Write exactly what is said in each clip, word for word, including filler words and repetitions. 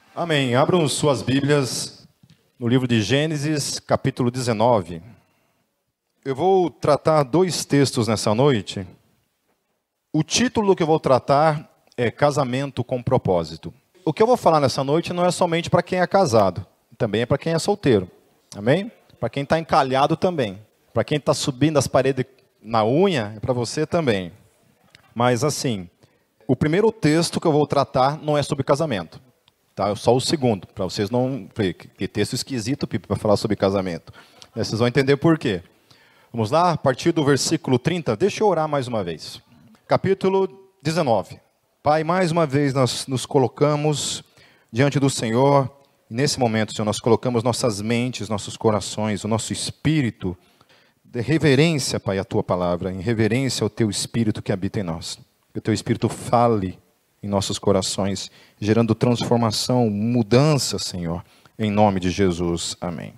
Amém. Abram suas Bíblias no livro de Gênesis, capítulo dezenove. Eu vou tratar dois textos nessa noite. O título que eu vou tratar é Casamento com Propósito. O que eu vou falar nessa noite não é somente para quem é casado, também é para quem é solteiro. Amém? Para quem está encalhado também. Para quem está subindo as paredes na unha, é para você também. Mas assim, o primeiro texto que eu vou tratar não é sobre casamento. Tá? Só o segundo, para vocês não... Que texto esquisito, Pipe, para falar sobre casamento. Vocês vão entender por quê. Vamos lá, a partir do versículo trinta. Deixa eu orar mais uma vez. Capítulo dezenove. Pai, mais uma vez nós nos colocamos diante do Senhor. E nesse momento, Senhor, nós colocamos nossas mentes, nossos corações, o nosso espírito, de reverência, Pai, à Tua palavra, em reverência ao Teu Espírito que habita em nós. Que o Teu Espírito fale em nossos corações, gerando transformação, mudança, Senhor, em nome de Jesus. Amém.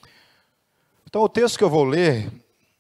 Então, o texto que eu vou ler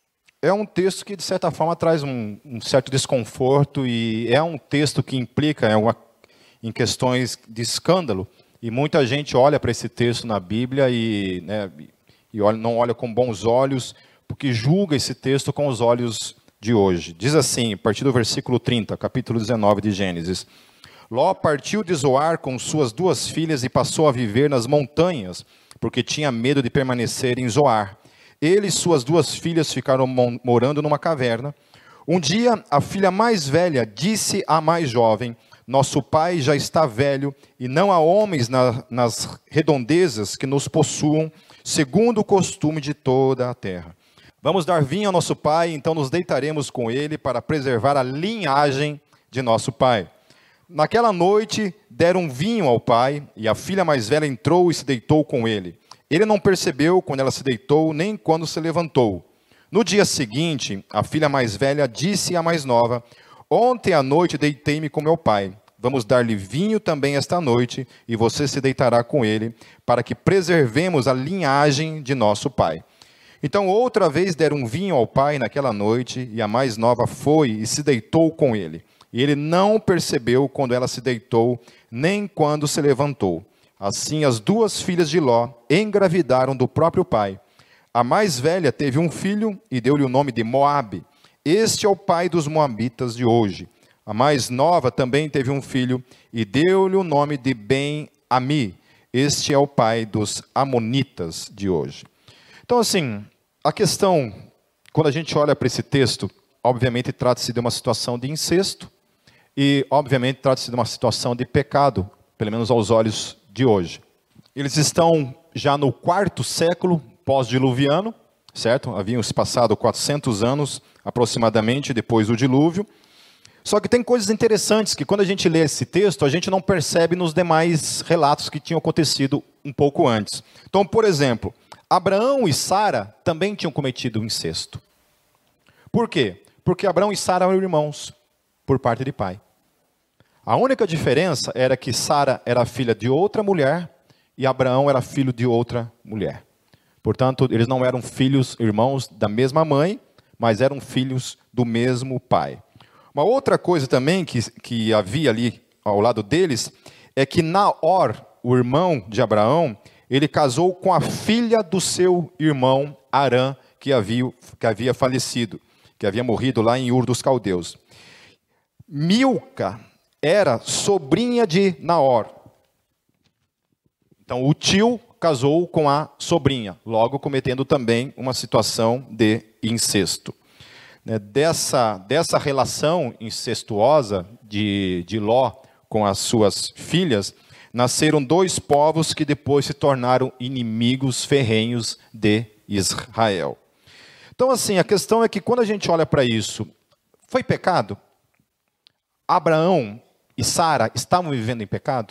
é um texto que, de certa forma, traz um, um certo desconforto e é um texto que implica em, uma, em questões de escândalo. E muita gente olha para esse texto na Bíblia e, né, e olha, não olha com bons olhos, porque julga esse texto com os olhos de hoje. Diz assim, a partir do versículo trinta, capítulo dezenove de Gênesis. Ló partiu de Zoar com suas duas filhas e passou a viver nas montanhas, porque tinha medo de permanecer em Zoar. Ele e suas duas filhas ficaram morando numa caverna. Um dia, a filha mais velha disse à mais jovem: nosso pai já está velho e não há homens na, nas redondezas que nos possuam, segundo o costume de toda a terra. Vamos dar vinho ao nosso pai, então nos deitaremos com ele para preservar a linhagem de nosso pai. Naquela noite deram vinho ao pai, e a filha mais velha entrou e se deitou com ele. Ele não percebeu quando ela se deitou, nem quando se levantou. No dia seguinte, a filha mais velha disse à mais nova: ontem à noite deitei-me com meu pai. Vamos dar-lhe vinho também esta noite, e você se deitará com ele, para que preservemos a linhagem de nosso pai. Então outra vez deram vinho ao pai naquela noite, e a mais nova foi e se deitou com ele. E ele não percebeu quando ela se deitou, nem quando se levantou. Assim as duas filhas de Ló engravidaram do próprio pai. A mais velha teve um filho e deu-lhe o nome de Moabe. Este é o pai dos moabitas de hoje. A mais nova também teve um filho e deu-lhe o nome de Ben-Ami. Este é o pai dos amonitas de hoje. Então, assim, a questão, quando a gente olha para esse texto, obviamente trata-se de uma situação de incesto e, obviamente, trata-se de uma situação de pecado, pelo menos aos olhos de hoje. Eles estão já no quarto século pós-diluviano, certo? Haviam se passado quatrocentos anos, aproximadamente, depois do dilúvio. Só que tem coisas interessantes que, quando a gente lê esse texto, a gente não percebe nos demais relatos que tinham acontecido um pouco antes. Então, por exemplo, Abraão e Sara também tinham cometido incesto. Por quê? Porque Abraão e Sara eram irmãos, por parte de pai. A única diferença era que Sara era filha de outra mulher e Abraão era filho de outra mulher. Portanto, eles não eram filhos, irmãos da mesma mãe, mas eram filhos do mesmo pai. Uma outra coisa também que, que havia ali ao lado deles é que Naor, o irmão de Abraão, ele casou com a filha do seu irmão Arã, que havia, que havia falecido, que havia morrido lá em Ur dos Caldeus. Milca era sobrinha de Naor. Então o tio casou com a sobrinha, logo cometendo também uma situação de incesto. Dessa, dessa relação incestuosa de, de Ló com as suas filhas, nasceram dois povos que depois se tornaram inimigos ferrenhos de Israel. Então, assim, a questão é que quando a gente olha para isso, foi pecado? Abraão e Sara estavam vivendo em pecado?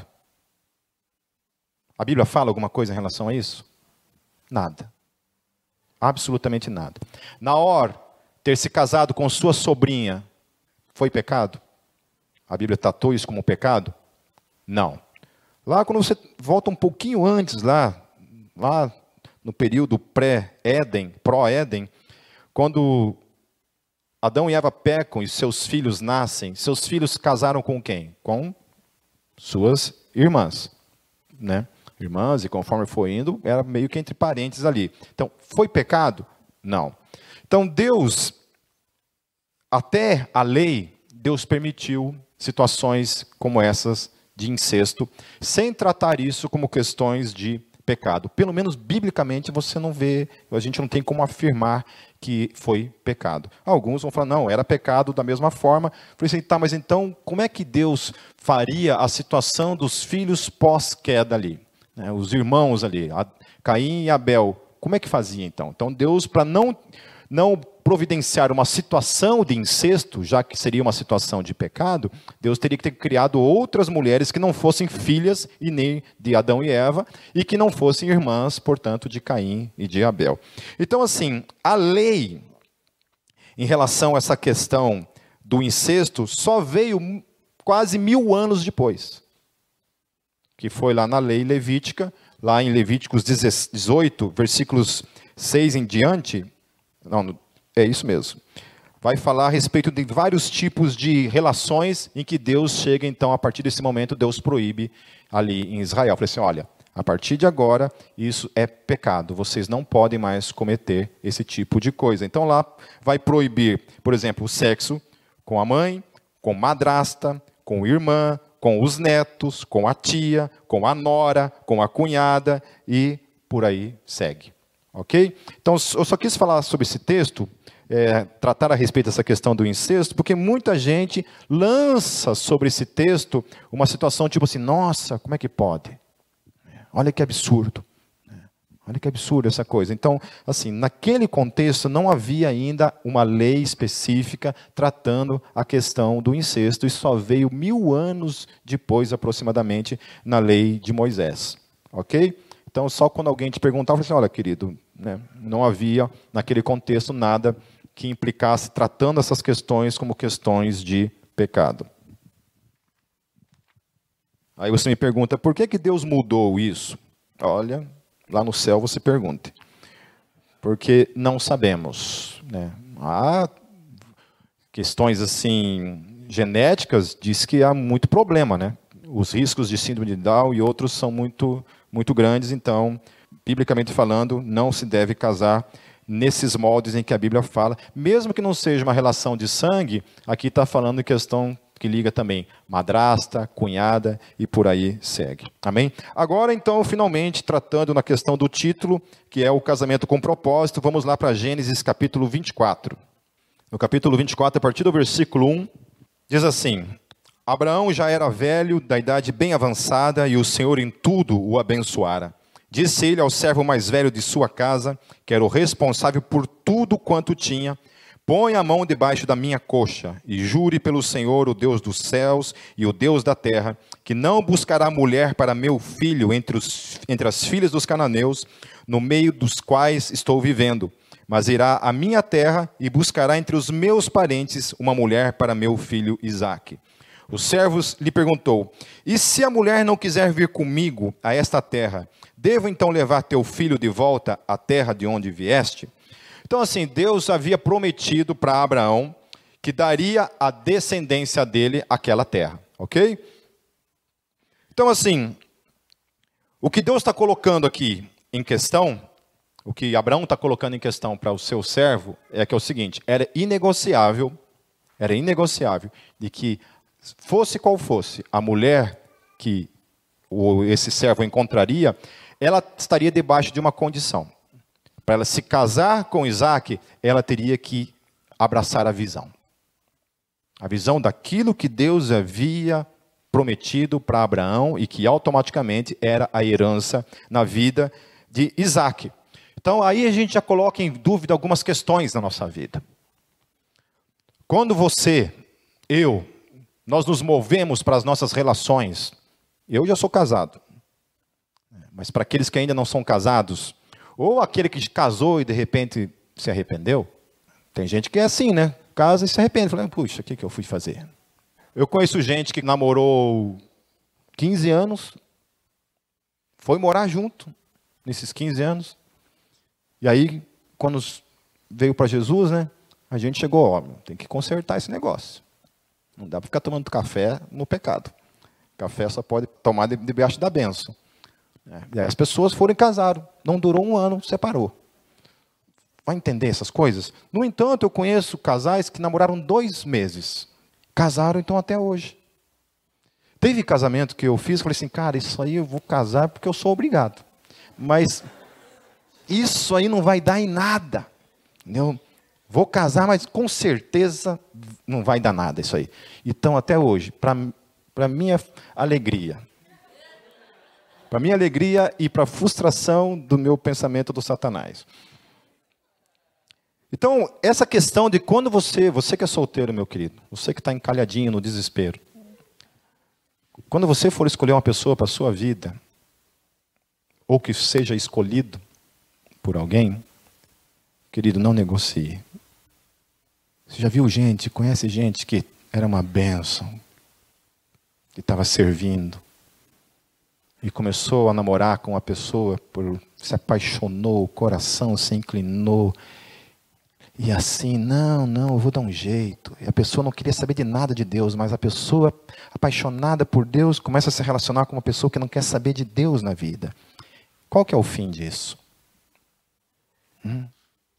A Bíblia fala alguma coisa em relação a isso? Nada. Absolutamente nada. Naor ter se casado com sua sobrinha, foi pecado? A Bíblia tratou isso como pecado? Não. Lá quando você volta um pouquinho antes, lá, lá no período pré-Éden, pró-Éden, quando Adão e Eva pecam e seus filhos nascem, seus filhos casaram com quem? Com suas irmãs. né? Irmãs, e conforme foi indo, era meio que entre parênteses ali. Então, foi pecado? Não. Então, Deus, até a lei, Deus permitiu situações como essas de incesto, sem tratar isso como questões de pecado. Pelo menos, biblicamente, você não vê, a gente não tem como afirmar que foi pecado. Alguns vão falar, não, era pecado da mesma forma. Eu falei assim, tá, mas então, como é que Deus faria a situação dos filhos pós-queda ali? Né, os irmãos ali, Caim e Abel, como é que fazia então? Então, Deus, para não, não providenciar uma situação de incesto, já que seria uma situação de pecado, Deus teria que ter criado outras mulheres que não fossem filhas e nem de Adão e Eva, e que não fossem irmãs, portanto, de Caim e de Abel. Então, assim, a lei, em relação a essa questão do incesto, só veio quase mil anos depois, que foi lá na lei levítica, lá em Levíticos dezoito, versículos seis em diante, não, é isso mesmo. Vai falar a respeito de vários tipos de relações em que Deus chega, então, a partir desse momento, Deus proíbe ali em Israel. Falei assim, olha, a partir de agora, isso é pecado. Vocês não podem mais cometer esse tipo de coisa. Então, lá vai proibir, por exemplo, o sexo com a mãe, com madrasta, com irmã, com os netos, com a tia, com a nora, com a cunhada e por aí segue. Ok? Então, eu só quis falar sobre esse texto, é, tratar a respeito dessa questão do incesto, porque muita gente lança sobre esse texto uma situação tipo assim, nossa, como é que pode? Olha que absurdo. Olha que absurdo essa coisa. Então, assim, naquele contexto não havia ainda uma lei específica tratando a questão do incesto, e só veio mil anos depois, aproximadamente, na lei de Moisés. Ok? Então, só quando alguém te perguntava, assim, olha, querido, né, não havia naquele contexto nada que implicasse tratando essas questões como questões de pecado. Aí você me pergunta, por que que Deus mudou isso? Olha, lá no céu você pergunte. Porque não sabemos, né? Há questões assim genéticas, diz que há muito problema, né? Os riscos de síndrome de Down e outros são muito, muito grandes, então, biblicamente falando, não se deve casar nesses moldes em que a Bíblia fala, mesmo que não seja uma relação de sangue, aqui está falando em questão que liga também madrasta, cunhada e por aí segue. Amém? Agora, então, finalmente, tratando na questão do título, que é o casamento com propósito, vamos lá para Gênesis capítulo vinte e quatro. No capítulo vinte e quatro, a partir do versículo um, diz assim, Abraão já era velho, da idade bem avançada, e o Senhor em tudo o abençoara. Disse ele ao servo mais velho de sua casa, que era o responsável por tudo quanto tinha, põe a mão debaixo da minha coxa, e jure pelo Senhor, o Deus dos céus e o Deus da terra, que não buscará mulher para meu filho entre, os, entre as filhas dos cananeus, no meio dos quais estou vivendo, mas irá à minha terra e buscará entre os meus parentes uma mulher para meu filho Isaque. O servo lhe perguntou, e se a mulher não quiser vir comigo a esta terra, devo então levar teu filho de volta à terra de onde vieste? Então, assim, Deus havia prometido para Abraão que daria à descendência dele aquela terra, ok? Então, assim, o que Deus está colocando aqui em questão, o que Abraão está colocando em questão para o seu servo, é que é o seguinte, era inegociável, era inegociável, de que fosse qual fosse a mulher que o, esse servo encontraria, ela estaria debaixo de uma condição. Para ela se casar com Isaque, ela teria que abraçar a visão. A visão daquilo que Deus havia prometido para Abraão e que automaticamente era a herança na vida de Isaque. Então aí a gente já coloca em dúvida algumas questões na nossa vida. Quando você, eu, nós nos movemos para as nossas relações, eu já sou casado, mas para aqueles que ainda não são casados, ou aquele que casou e de repente se arrependeu. Tem gente que é assim, né? Casa e se arrepende. Fala, puxa, o que, que eu fui fazer? Eu conheço gente que namorou quinze anos, foi morar junto nesses quinze anos. E aí, quando veio para Jesus, né? A gente chegou, ó, tem que consertar esse negócio. Não dá para ficar tomando café no pecado. Café só pode tomar debaixo da bênção. É, as pessoas foram e casaram. Não durou um ano, separou. Vai entender essas coisas? No entanto, eu conheço casais que namoraram dois meses. Casaram, então, até hoje. Teve casamento que eu fiz, falei assim, cara, isso aí eu vou casar porque eu sou obrigado. Mas isso aí não vai dar em nada. Entendeu? Vou casar, mas com certeza não vai dar nada isso aí. Então, até hoje, para minha alegria, para minha alegria e para a frustração do meu pensamento do Satanás. Então, essa questão de quando você, você que é solteiro, meu querido, você que está encalhadinho no desespero, quando você for escolher uma pessoa para a sua vida, ou que seja escolhido por alguém, querido, não negocie. Você já viu gente, conhece gente que era uma bênção, que estava servindo, e começou a namorar com uma pessoa, por, se apaixonou, o coração se inclinou, e assim, não, não, eu vou dar um jeito. E a pessoa não queria saber de nada de Deus, mas a pessoa apaixonada por Deus começa a se relacionar com uma pessoa que não quer saber de Deus na vida. Qual que é o fim disso? Hum?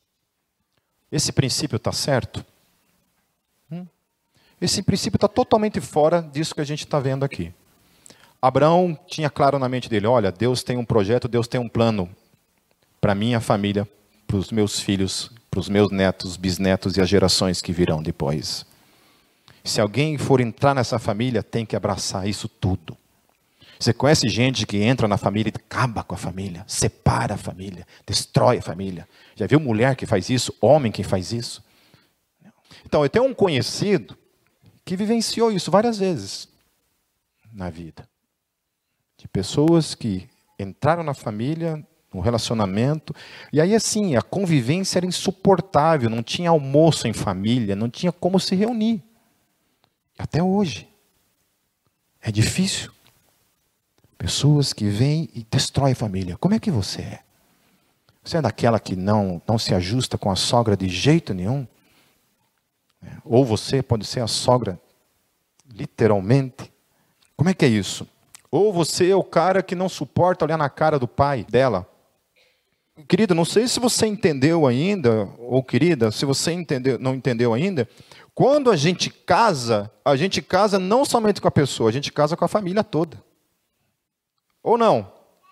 Esse princípio está certo? Hum? Esse princípio está totalmente fora disso que a gente está vendo aqui. Abraão tinha claro na mente dele, olha, Deus tem um projeto, Deus tem um plano para a minha família, para os meus filhos, para os meus netos, bisnetos e as gerações que virão depois. Se alguém for entrar nessa família, tem que abraçar isso tudo. Você conhece gente que entra na família e acaba com a família, separa a família, destrói a família. Já viu mulher que faz isso? Homem que faz isso? Então, eu tenho um conhecido que vivenciou isso várias vezes na vida. De pessoas que entraram na família, no relacionamento, e aí assim, a convivência era insuportável, não tinha almoço em família, não tinha como se reunir. Até hoje. É difícil. Pessoas que vêm e destroem a família. Como é que você é? Você é daquela que não, não se ajusta com a sogra de jeito nenhum? Ou você pode ser a sogra, literalmente. Como é que é isso? Ou você é o cara que não suporta olhar na cara do pai dela. Querido, não sei se você entendeu ainda, ou querida, se você entendeu, não entendeu ainda, quando a gente casa, a gente casa não somente com a pessoa, a gente casa com a família toda. Ou não?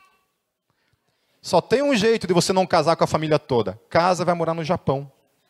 Só tem um jeito de você não casar com a família toda. Casa, vai morar no Japão.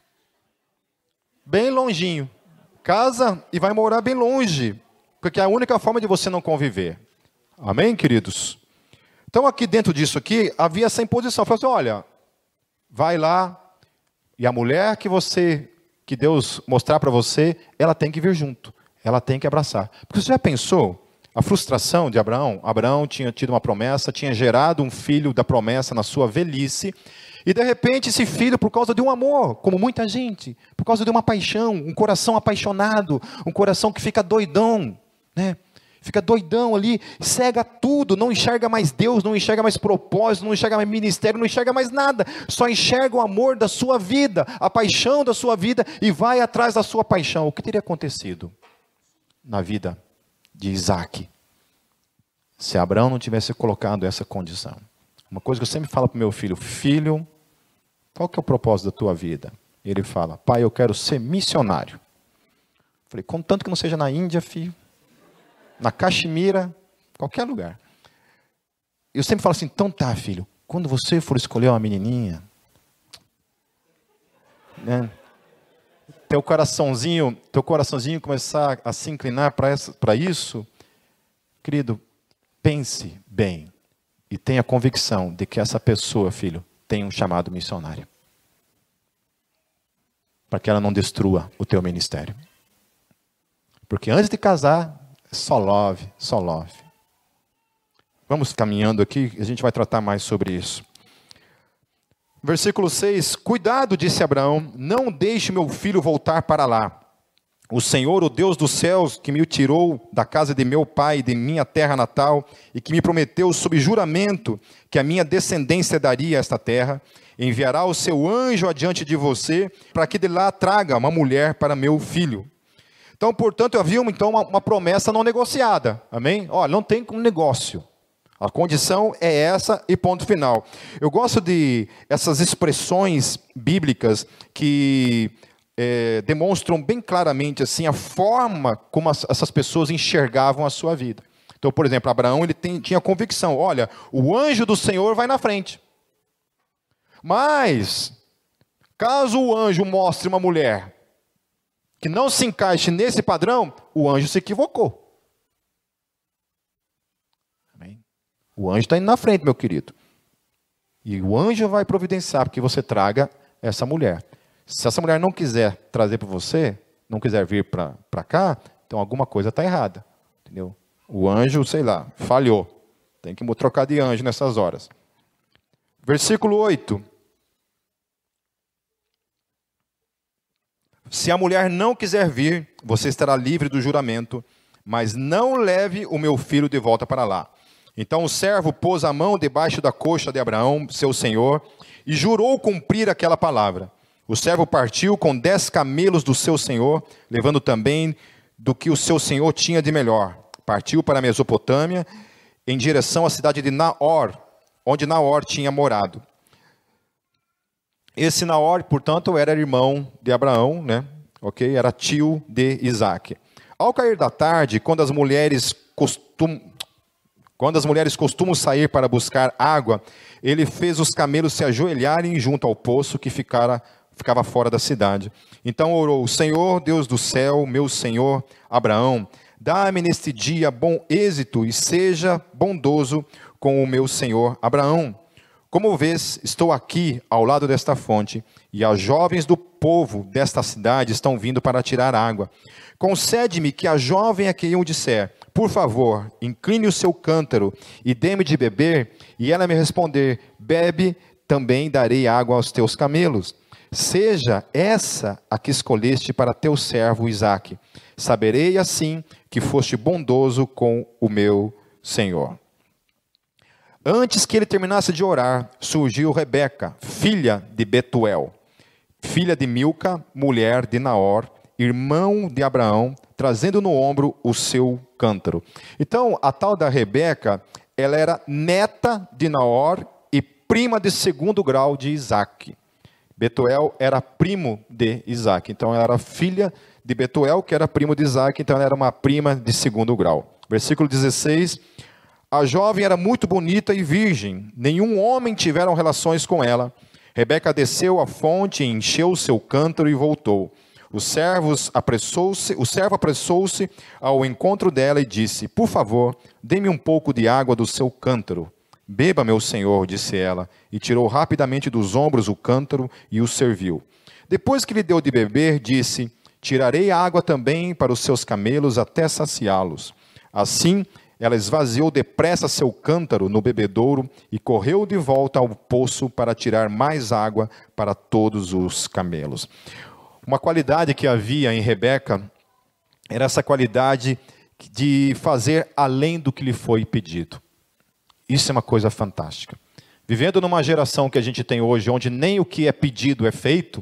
Bem longinho. Casa e vai morar bem longe. Porque é a única forma de você não conviver. Amém, queridos? Então, aqui dentro disso aqui, havia essa imposição. Falou assim, olha, vai lá, e a mulher que você, que Deus mostrar para você, ela tem que vir junto. Ela tem que abraçar. Porque você já pensou a frustração de Abraão? Abraão tinha tido uma promessa, tinha gerado um filho da promessa na sua velhice, e de repente esse filho, por causa de um amor, como muita gente, por causa de uma paixão, um coração apaixonado, um coração que fica doidão, né? Fica doidão ali, cega tudo, não enxerga mais Deus, não enxerga mais propósito, não enxerga mais ministério, não enxerga mais nada. Só enxerga o amor da sua vida, a paixão da sua vida e vai atrás da sua paixão. O que teria acontecido na vida de Isaac se Abraão não tivesse colocado essa condição? Uma coisa que eu sempre falo para o meu filho, filho, qual que é o propósito da tua vida? Ele fala, pai, eu quero ser missionário. Falei, contanto que não seja na Índia, filho. Na Caxemira, qualquer lugar. Eu sempre falo assim, então tá, filho, quando você for escolher uma menininha, né, teu coraçãozinho, teu coraçãozinho começar a se inclinar para isso, querido, pense bem e tenha convicção de que essa pessoa, filho, tem um chamado missionário. Para que ela não destrua o teu ministério. Porque antes de casar, só love, só love. Vamos caminhando aqui, a gente vai tratar mais sobre isso. Versículo seis, cuidado, disse Abraão, não deixe meu filho voltar para lá. O Senhor, o Deus dos céus, que me tirou da casa de meu pai, de minha terra natal, e que me prometeu sob juramento que a minha descendência daria esta terra, enviará o seu anjo adiante de você, para que de lá traga uma mulher para meu filho. Então, portanto, havia então uma, uma promessa não negociada. Amém? Olha, não tem um negócio. A condição é essa e ponto final. Eu gosto de essas expressões bíblicas que é, demonstram bem claramente assim, a forma como as, essas pessoas enxergavam a sua vida. Então, por exemplo, Abraão ele tem, tinha convicção, olha, o anjo do Senhor vai na frente. Mas, caso o anjo mostre uma mulher que não se encaixe nesse padrão, o anjo se equivocou. Amém? O anjo está indo na frente, meu querido. E o anjo vai providenciar que você traga essa mulher. Se essa mulher não quiser trazer para você, não quiser vir para cá, então alguma coisa está errada. Entendeu? O anjo, sei lá, falhou. Tem que trocar de anjo nessas horas. Versículo oito. Se a mulher não quiser vir, você estará livre do juramento, mas não leve o meu filho de volta para lá. Então o servo pôs a mão debaixo da coxa de Abraão, seu senhor, e jurou cumprir aquela palavra. O servo partiu com dez camelos do seu senhor, levando também do que o seu senhor tinha de melhor. Partiu para a Mesopotâmia, em direção à cidade de Naor, onde Naor tinha morado. Esse Naor, portanto, era irmão de Abraão, né? Ok? Era tio de Isaac. Ao cair da tarde, quando as mulheres costumam, quando as mulheres costumam sair para buscar água, ele fez os camelos se ajoelharem junto ao poço que ficara, ficava fora da cidade. Então orou: Senhor, Deus do céu, meu senhor Abraão, dá-me neste dia bom êxito e seja bondoso com o meu senhor Abraão. Como vês, estou aqui ao lado desta fonte, e as jovens do povo desta cidade estão vindo para tirar água. Concede-me que a jovem a quem eu disser, por favor, incline o seu cântaro e dê-me de beber, e ela me responder, bebe, também darei água aos teus camelos. Seja essa a que escolheste para teu servo Isaque. Saberei assim que foste bondoso com o meu Senhor. Antes que ele terminasse de orar, surgiu Rebeca, filha de Betuel, filha de Milca, mulher de Naor, irmão de Abraão, trazendo no ombro o seu cântaro. Então, a tal da Rebeca, ela era neta de Naor e prima de segundo grau de Isaque. Betuel era primo de Isaque, então ela era filha de Betuel, que era primo de Isaque, então ela era uma prima de segundo grau. Versículo dezesseis, a jovem era muito bonita e virgem, nenhum homem tiveram relações com ela. Rebeca desceu à fonte, encheu o seu cântaro e voltou. O servo apressou-se, o servo apressou-se ao encontro dela e disse, por favor, dê-me um pouco de água do seu cântaro. Beba, meu senhor, disse ela, e tirou rapidamente dos ombros o cântaro e o serviu. Depois que lhe deu de beber, disse, tirarei água também para os seus camelos até saciá-los. Assim, ela esvaziou depressa seu cântaro no bebedouro e correu de volta ao poço para tirar mais água para todos os camelos. Uma qualidade que havia em Rebeca era essa qualidade de fazer além do que lhe foi pedido. Isso é uma coisa fantástica. Vivendo numa geração que a gente tem hoje, onde nem o que é pedido é feito,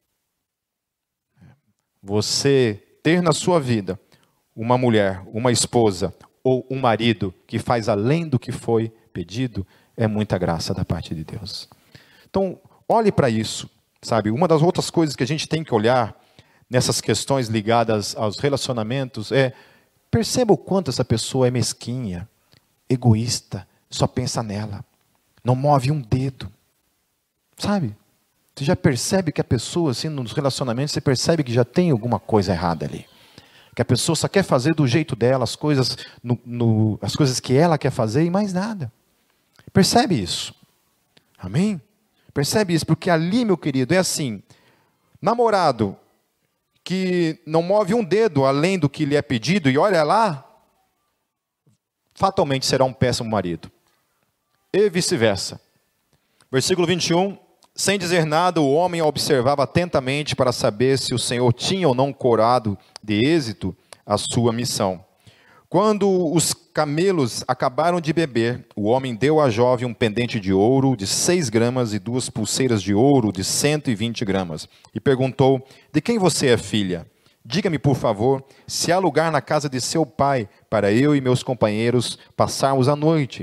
você ter na sua vida uma mulher, uma esposa ou um marido que faz além do que foi pedido, é muita graça da parte de Deus. Então, olhe para isso, sabe? Uma das outras coisas que a gente tem que olhar nessas questões ligadas aos relacionamentos é, perceba o quanto essa pessoa é mesquinha, egoísta, só pensa nela, não move um dedo, sabe? Você já percebe que a pessoa, assim, nos relacionamentos, você percebe que já tem alguma coisa errada ali. Que a pessoa só quer fazer do jeito dela, as coisas, no, no, as coisas que ela quer fazer e mais nada. Percebe isso? Amém? Percebe isso? Porque ali, meu querido, é assim, namorado que não move um dedo além do que lhe é pedido e olha lá, fatalmente será um péssimo marido. E vice-versa. Versículo vinte e um. Sem dizer nada, o homem observava atentamente para saber se o Senhor tinha ou não corado de êxito a sua missão. Quando os camelos acabaram de beber, o homem deu à jovem um pendente de ouro de seis gramas e duas pulseiras de ouro de cento e vinte gramas. E perguntou, de quem você é filha? Diga-me, por favor, se há lugar na casa de seu pai para eu e meus companheiros passarmos a noite.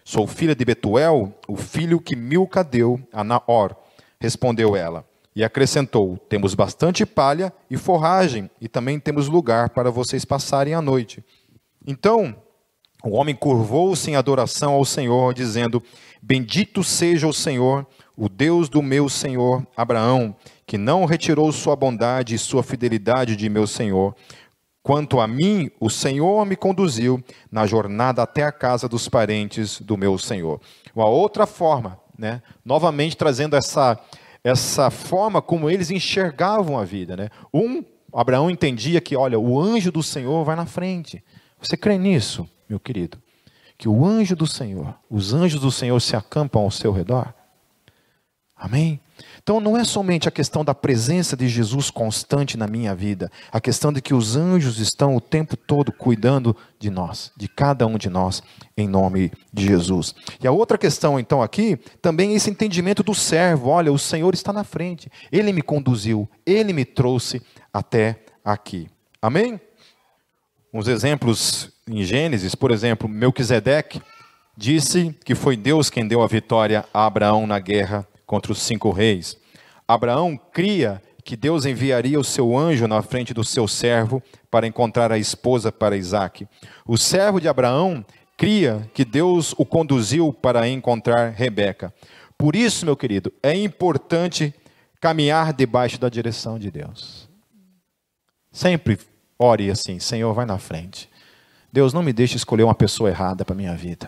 Sou filha de Betuel, o filho que Milca deu a Naor. Respondeu ela, e acrescentou, temos bastante palha e forragem, e também temos lugar para vocês passarem a noite. Então o homem curvou-se em adoração ao Senhor, dizendo, bendito seja o Senhor, o Deus do meu senhor Abraão, que não retirou sua bondade e sua fidelidade de meu senhor. Quanto a mim, o Senhor me conduziu na jornada até a casa dos parentes do meu senhor. Uma outra forma, né? Novamente trazendo essa, essa forma como eles enxergavam a vida. Né? Um, Abraão entendia que, olha, o anjo do Senhor vai na frente. Você crê nisso, meu querido? Que o anjo do Senhor, os anjos do Senhor se acampam ao seu redor? Amém? Então não é somente a questão da presença de Jesus constante na minha vida, a questão de que os anjos estão o tempo todo cuidando de nós, de cada um de nós, em nome de Jesus. E a outra questão então aqui, também é esse entendimento do servo, olha, o Senhor está na frente, Ele me conduziu, Ele me trouxe até aqui. Amém? Uns exemplos em Gênesis, por exemplo, Melquisedeque disse que foi Deus quem deu a vitória a Abraão na guerra contra os cinco reis. Abraão cria que Deus enviaria o seu anjo na frente do seu servo para encontrar a esposa para Isaque. O servo de Abraão cria que Deus o conduziu para encontrar Rebeca. Por isso, meu querido, é importante caminhar debaixo da direção de Deus. Sempre ore assim, Senhor, vai na frente. Deus, não me deixe escolher uma pessoa errada para a minha vida.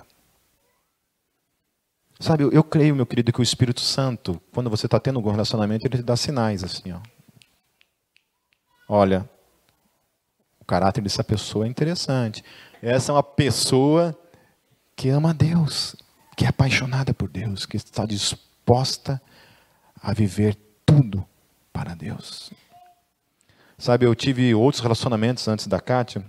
Sabe, eu, eu creio, meu querido, que o Espírito Santo, quando você está tendo algum relacionamento, ele te dá sinais assim, ó. Olha, o caráter dessa pessoa é interessante. Essa é uma pessoa que ama a Deus, que é apaixonada por Deus, que está disposta a viver tudo para Deus. Sabe, eu tive outros relacionamentos antes da Kátia.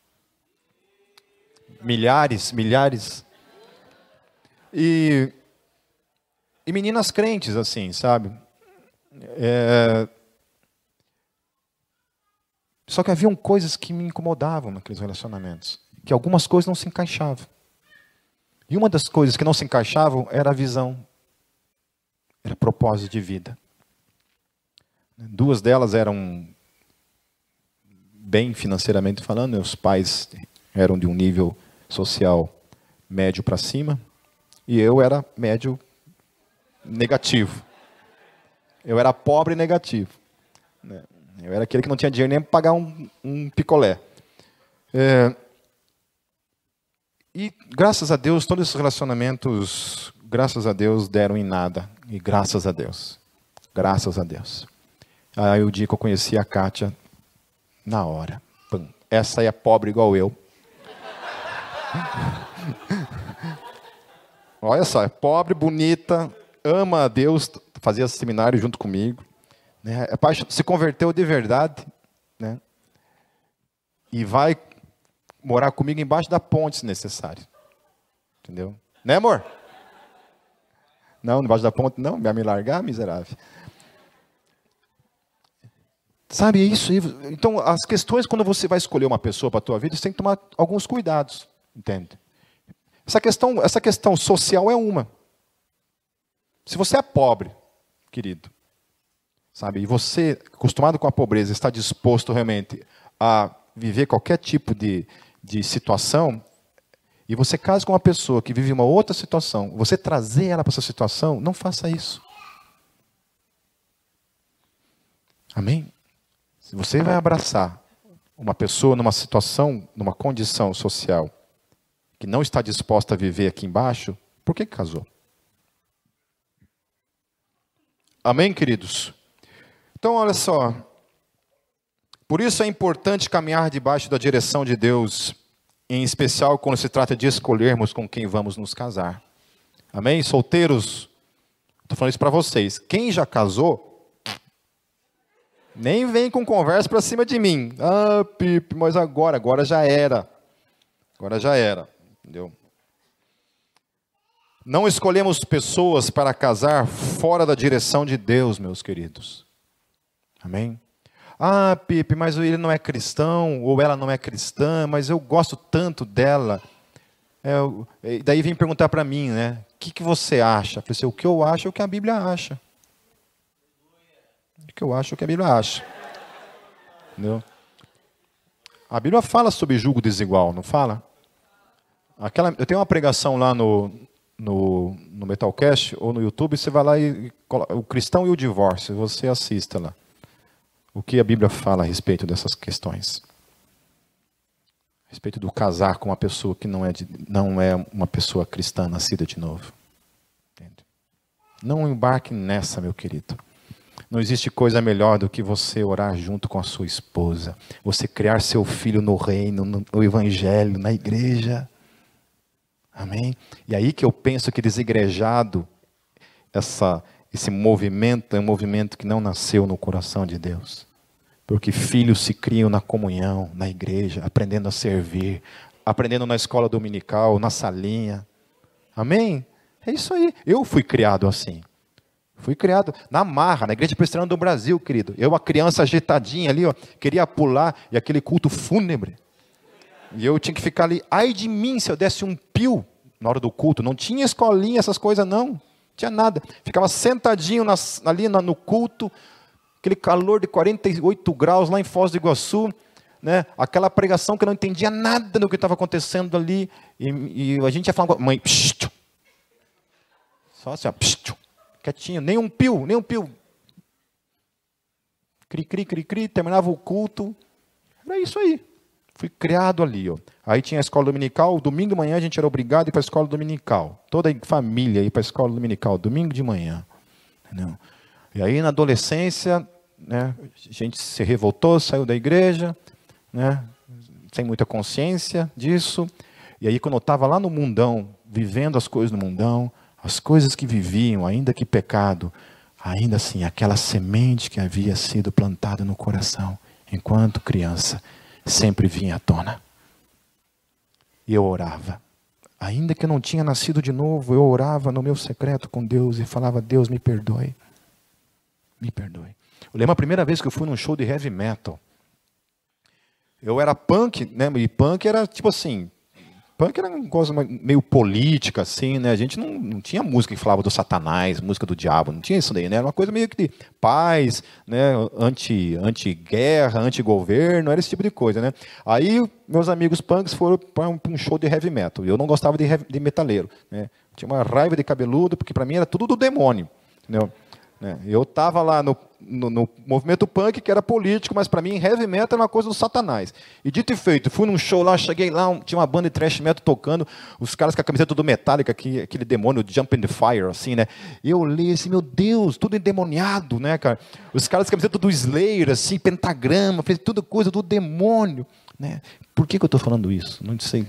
Milhares, milhares. E... E meninas crentes, assim, sabe? É... Só que haviam coisas que me incomodavam naqueles relacionamentos. Que algumas coisas não se encaixavam. E uma das coisas que não se encaixavam era a visão. Era propósito de vida. Duas delas eram bem financeiramente falando. Meus pais eram de um nível social médio para cima. E eu era médio negativo. Eu era pobre e negativo. Eu era aquele que não tinha dinheiro nem para pagar um, um picolé. É, e graças a Deus, todos esses relacionamentos, graças a Deus, deram em nada. E graças a Deus. Graças a Deus. Aí o dia que eu conheci a Kátia, na hora. Pum, essa aí é pobre igual eu. Olha só, é pobre, bonita, ama a Deus, fazia seminário junto comigo, né? Se converteu de verdade, né? E vai morar comigo embaixo da ponte, se necessário. Entendeu? Né, amor? Não, embaixo da ponte não, vai me largar, miserável. Sabe isso? Então, as questões, quando você vai escolher uma pessoa para a tua vida, você tem que tomar alguns cuidados, entende? Essa questão, essa questão social é uma. Se você é pobre, querido, sabe, e você, acostumado com a pobreza, está disposto realmente a viver qualquer tipo de, de situação, e você casa com uma pessoa que vive uma outra situação, você trazer ela para essa situação, não faça isso. Amém? Se você vai abraçar uma pessoa numa situação, numa condição social, que não está disposta a viver aqui embaixo, por que casou? Amém, queridos? Então, olha só. Por isso é importante caminhar debaixo da direção de Deus, em especial quando se trata de escolhermos com quem vamos nos casar. Amém? Solteiros, estou falando isso para vocês. Quem já casou, nem vem com conversa para cima de mim. Ah, Pipe, mas agora, agora já era. Agora já era, entendeu? Não escolhemos pessoas para casar fora da direção de Deus, meus queridos. Amém? Ah, Pipe, mas ele não é cristão, ou ela não é cristã, mas eu gosto tanto dela. É, daí vem perguntar para mim, né? O que, que você acha? Eu falei assim, o que eu acho é o que a Bíblia acha. O que eu acho é o que a Bíblia acha. Entendeu? A Bíblia fala sobre julgo desigual, não fala? Aquela, eu tenho uma pregação lá no, no, no Metalcast ou no YouTube, você vai lá e coloca o cristão e o divórcio, você assista lá. O que a Bíblia fala a respeito dessas questões. A respeito do casar com uma pessoa que não é, de, não é uma pessoa cristã nascida de novo. Entende? Não embarque nessa, meu querido. Não existe coisa melhor do que você orar junto com a sua esposa. Você criar seu filho no reino, no, no evangelho, na igreja. Amém? E aí que eu penso que desigrejado, essa, esse movimento é um movimento que não nasceu no coração de Deus. Porque filhos se criam na comunhão, na igreja, aprendendo a servir, aprendendo na escola dominical, na salinha. Amém? É isso aí. Eu fui criado assim. Fui criado na marra, na Igreja Presbiteriana do Brasil, querido. Eu, uma criança agitadinha ali, ó, queria pular, e aquele culto fúnebre. E eu tinha que ficar ali, ai de mim se eu desse um pio na hora do culto. Não tinha escolinha, essas coisas não. Não tinha nada. Ficava sentadinho nas, ali no culto, aquele calor de quarenta e oito graus lá em Foz do Iguaçu, né? Aquela pregação que eu não entendia nada do que estava acontecendo ali. E, e a gente ia falar, mãe, psiu. Só assim, ó, psiu. Quietinho, nem um pio, nem um pio. Cri, cri, cri, cri, terminava o culto. Era isso aí. Fui criado ali, ó. Aí tinha a escola dominical, domingo de manhã a gente era obrigado a ir para a escola dominical. Toda a família ia para a escola dominical, domingo de manhã. Entendeu? E aí na adolescência, né, a gente se revoltou, saiu da igreja, né, sem muita consciência disso. E aí quando eu estava lá no mundão, vivendo as coisas no mundão, as coisas que viviam, ainda que pecado, ainda assim, aquela semente que havia sido plantada no coração, enquanto criança, sempre vinha à tona. E eu orava. Ainda que eu não tinha nascido de novo, eu orava no meu secreto com Deus e falava, Deus, me perdoe. Me perdoe. Eu lembro a primeira vez que eu fui num show de heavy metal. Eu era punk, né? E punk era tipo assim... Punk era uma coisa meio política, assim, né? A gente não, não tinha música que falava do Satanás, música do diabo, não tinha isso daí, né? Era uma coisa meio que de paz, né? Anti, anti-guerra, anti-governo, era esse tipo de coisa, né? Aí meus amigos punks foram para um, um show de heavy metal. Eu não gostava de, heavy, de metaleiro, né? Tinha uma raiva de cabeludo, porque para mim era tudo do demônio, entendeu? Eu estava lá no, no, no movimento punk, que era político, mas para mim heavy metal era uma coisa do Satanás. E dito e feito, fui num show lá, cheguei lá, um, tinha uma banda de thrash metal tocando, os caras com a camiseta do Metallica, que, aquele demônio, Jump in the Fire, assim, né? Eu olhei assim, meu Deus, tudo endemoniado, né, cara? Os caras com a camiseta do Slayer, assim, pentagrama, fez tudo coisa do demônio, né? Por que, que eu estou falando isso? Não sei.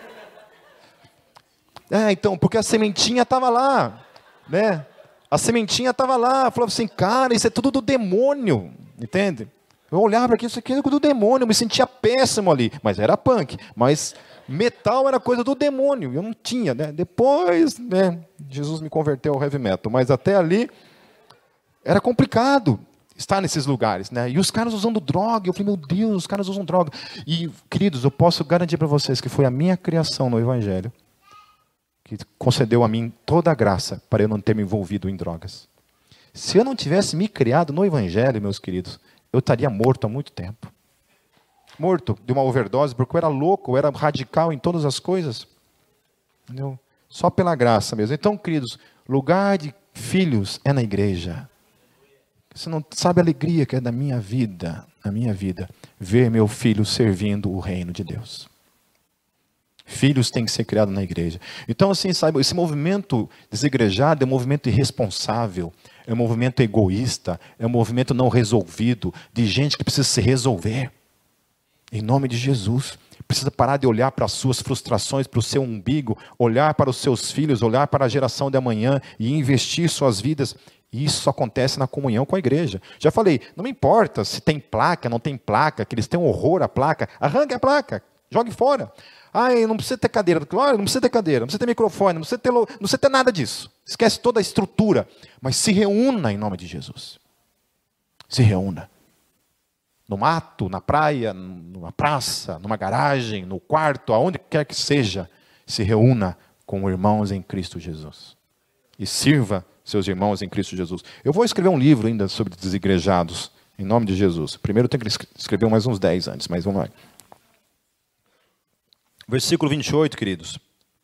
É, então, porque a sementinha estava lá, né? A sementinha estava lá, falava assim, cara, isso é tudo do demônio, entende? Eu olhava para aquilo, isso aqui é do demônio, eu me sentia péssimo ali, mas era punk, mas metal era coisa do demônio, eu não tinha, né? Depois, né, Jesus me converteu ao heavy metal, mas até ali era complicado estar nesses lugares, né? E os caras usando droga, eu falei, meu Deus, os caras usam droga. E, queridos, eu posso garantir para vocês que foi a minha criação no Evangelho que concedeu a mim toda a graça para eu não ter me envolvido em drogas. Se eu não tivesse me criado no Evangelho, meus queridos, eu estaria morto há muito tempo. Morto de uma overdose, porque eu era louco, eu era radical em todas as coisas. Entendeu? Só pela graça mesmo. Então, queridos, lugar de filhos é na igreja. Você não sabe a alegria que é da minha vida, a minha vida, ver meu filho servindo o reino de Deus. Filhos têm que ser criados na igreja. Então, assim, sabe, esse movimento desigrejado é um movimento irresponsável, é um movimento egoísta, é um movimento não resolvido, de gente que precisa se resolver. Em nome de Jesus. Precisa parar de olhar para as suas frustrações, para o seu umbigo, olhar para os seus filhos, olhar para a geração de amanhã e investir suas vidas. E isso só acontece na comunhão com a igreja. Já falei, não me importa se tem placa, não tem placa, que eles têm horror à placa. Arranque a placa, jogue fora. Ah, não precisa ter cadeira. Claro, não precisa ter cadeira, não precisa ter microfone, não precisa ter, não precisa ter nada disso. Esquece toda a estrutura. Mas se reúna em nome de Jesus. Se reúna. No mato, na praia, numa praça, numa garagem, no quarto, aonde quer que seja. se reúna com irmãos em Cristo Jesus. E sirva seus irmãos em Cristo Jesus. Eu vou escrever um livro ainda sobre desigrejados, em nome de Jesus. Primeiro eu tenho que escrever mais uns dez antes, mas vamos lá. Versículo vinte e oito, queridos.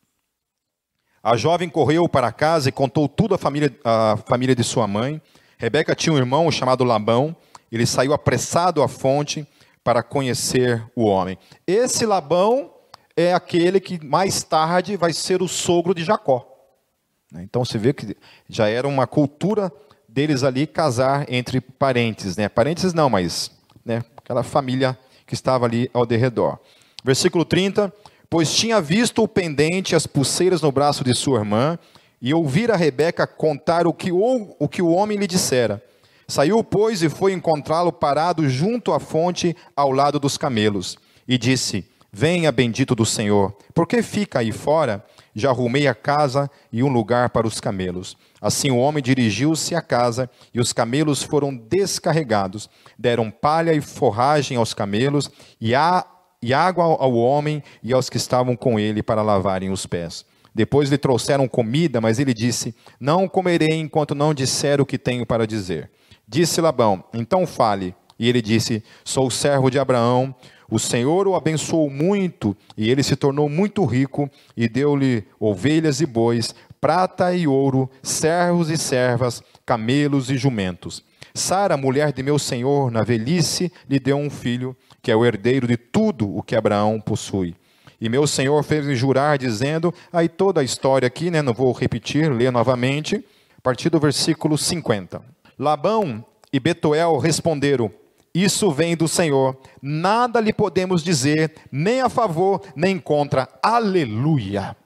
A jovem correu para casa e contou tudo à família, à família de sua mãe. Rebeca tinha um irmão chamado Labão. Ele saiu apressado à fonte para conhecer o homem. Esse Labão é aquele que mais tarde vai ser o sogro de Jacó. Então você vê que já era uma cultura deles ali casar entre parentes, né? Parentes não, mas né, aquela família que estava ali ao derredor. Versículo trinta, pois tinha visto o pendente, as pulseiras no braço de sua irmã, e ouvira Rebeca contar o que o, o que o homem lhe dissera. Saiu, pois, e foi encontrá-lo parado junto à fonte, ao lado dos camelos. E disse, venha, bendito do Senhor, por que fica aí fora? Já arrumei a casa e um lugar para os camelos. Assim o homem dirigiu-se à casa, e os camelos foram descarregados. Deram palha e forragem aos camelos, e, a, e água ao homem e aos que estavam com ele para lavarem os pés. Depois lhe trouxeram comida, mas ele disse, não comerei enquanto não disser o que tenho para dizer. Disse Labão, então fale. E ele disse, sou servo de Abraão, o Senhor o abençoou muito, e ele se tornou muito rico, e deu-lhe ovelhas e bois, prata e ouro, servos e servas, camelos e jumentos. Sara, mulher de meu senhor, na velhice, lhe deu um filho, que é o herdeiro de tudo o que Abraão possui. E meu senhor fez-me jurar, dizendo, aí toda a história aqui, né, não vou repetir, ler novamente, a partir do versículo cinquenta. Labão e Betuel responderam, isso vem do Senhor, nada lhe podemos dizer, nem a favor, nem contra. Aleluia!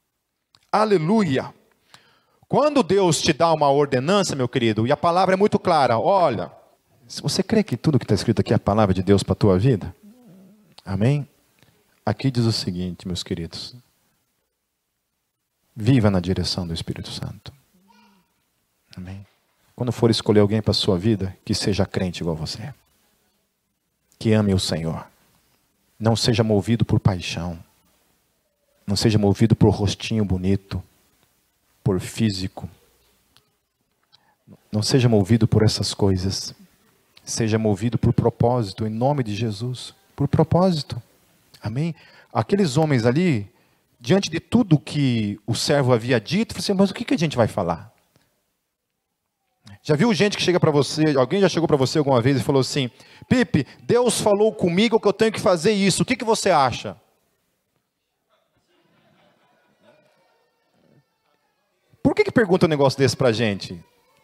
Aleluia! Quando Deus te dá uma ordenança, meu querido, e a palavra é muito clara, olha, você crê que tudo que está escrito aqui é a palavra de Deus para a tua vida? Amém? Aqui diz o seguinte, meus queridos, viva na direção do Espírito Santo. Amém? Quando for escolher alguém para a sua vida, que seja crente igual você. Que ame o Senhor. Não seja movido por paixão. Não seja movido por rostinho bonito, por físico. Não seja movido por essas coisas. Seja movido por propósito, em nome de Jesus. Por propósito. Amém? Aqueles homens ali, diante de tudo que o servo havia dito, falaram assim, mas o que a gente vai falar? Já viu gente que chega para você, alguém já chegou para você alguma vez e falou assim, Pipe, Deus falou comigo que eu tenho que fazer isso, o que, que você acha? Por que que pergunta um negócio desse para a gente?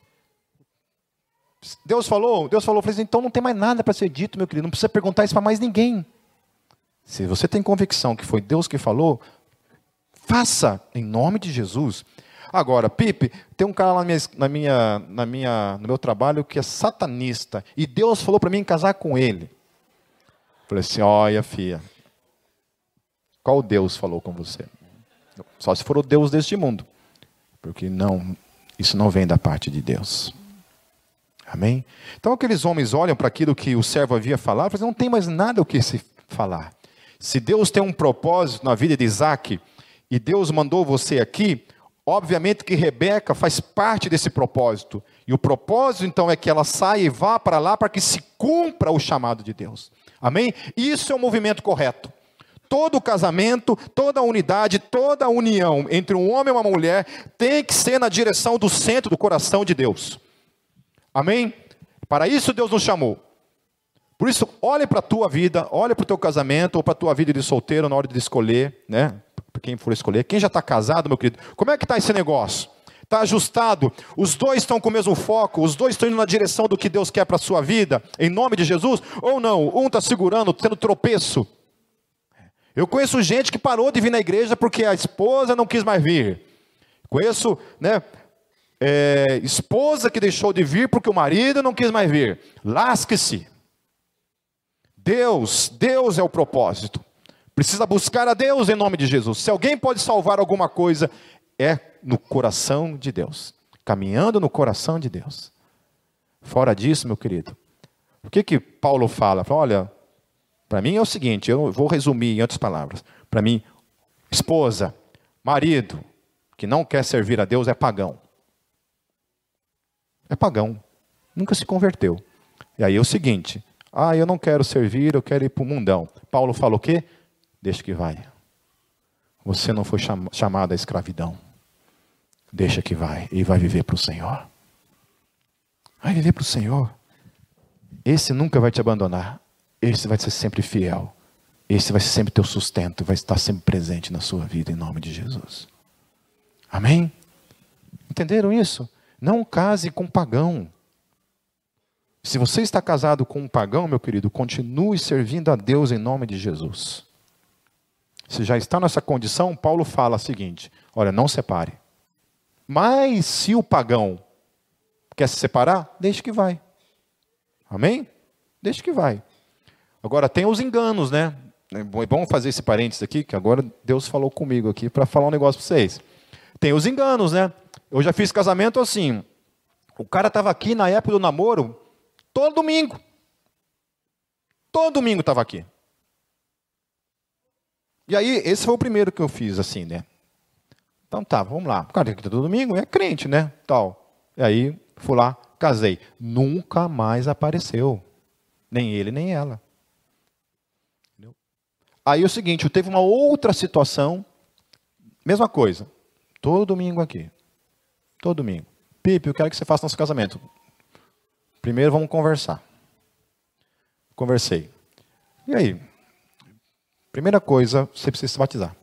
Deus falou, Deus falou, eu falei assim, então não tem mais nada para ser dito, meu querido, não precisa perguntar isso para mais ninguém. Se você tem convicção que foi Deus que falou, faça, em nome de Jesus. Agora, Pipe, tem um cara lá na minha, na minha, na minha, no meu trabalho que é satanista. E Deus falou para mim casar com ele. Falei assim, olha filha, qual Deus falou com você? Só se for o Deus deste mundo. Porque não, isso não vem da parte de Deus. Amém? Então aqueles homens olham para aquilo que o servo havia falado e falam, não tem mais nada o que se falar. Se Deus tem um propósito na vida de Isaac, e Deus mandou você aqui, obviamente que Rebeca faz parte desse propósito. E o propósito então é que ela saia e vá para lá para que se cumpra o chamado de Deus. Amém? Isso é o movimento correto. Todo casamento, toda unidade, toda união entre um homem e uma mulher tem que ser na direção do centro do coração de Deus. Amém? Para isso Deus nos chamou. Por isso, olhe para a tua vida, olhe para o teu casamento, ou para a tua vida de solteiro na hora de escolher, né? Para quem for escolher. Quem já está casado, meu querido, como é que está esse negócio? Está ajustado? Os dois estão com o mesmo foco? Os dois estão indo na direção do que Deus quer para a sua vida? Em nome de Jesus? Ou não? Um está segurando, tendo tropeço. Eu conheço gente que parou de vir na igreja porque a esposa não quis mais vir. Conheço, né? É, esposa que deixou de vir porque o marido não quis mais vir. Lasque-se. Deus, Deus é o propósito. Precisa buscar a Deus em nome de Jesus. Se alguém pode salvar alguma coisa, é no coração de Deus. Caminhando no coração de Deus. Fora disso, meu querido, o que que Paulo fala? Fala, olha, para mim é o seguinte, eu vou resumir em outras palavras. Para mim, esposa, Marido que não quer servir a Deus é pagão. É pagão. Nunca se converteu. E aí é o seguinte, ah, eu não quero servir, eu quero ir para o mundão. Paulo fala o quê? Deixa que vai. Você não foi cham- chamado à escravidão. Deixa que vai. E vai viver para o Senhor. Vai viver para o Senhor. Esse nunca vai te abandonar. Esse vai ser sempre fiel. Esse vai ser sempre teu sustento. Vai estar sempre presente na sua vida, em nome de Jesus. Amém? Entenderam isso? Não case com pagão. Se você está casado com um pagão, meu querido, continue servindo a Deus em nome de Jesus. Se já está nessa condição, Paulo fala o seguinte, olha, não separe. Mas se o pagão quer se separar, deixe que vai. Amém? Deixe que vai. Agora tem os enganos, né? É bom fazer esse parênteses aqui, que agora Deus falou comigo aqui para falar um negócio para vocês. Tem os enganos, né? Eu já fiz casamento assim. O cara estava aqui na época do namoro, todo domingo. Todo domingo estava aqui. E aí, esse foi o primeiro que eu fiz, assim, né? Então tá, vamos lá. O cara aqui todo domingo é crente, né? Tal. E aí, fui lá, casei. Nunca mais apareceu. Nem ele, nem ela. Entendeu? Aí é o seguinte, teve uma outra situação, mesma coisa. Todo domingo aqui. Todo domingo. Pipe, eu quero que você faça nosso casamento. Primeiro vamos conversar. Conversei. E aí? Primeira coisa, você precisa se batizar.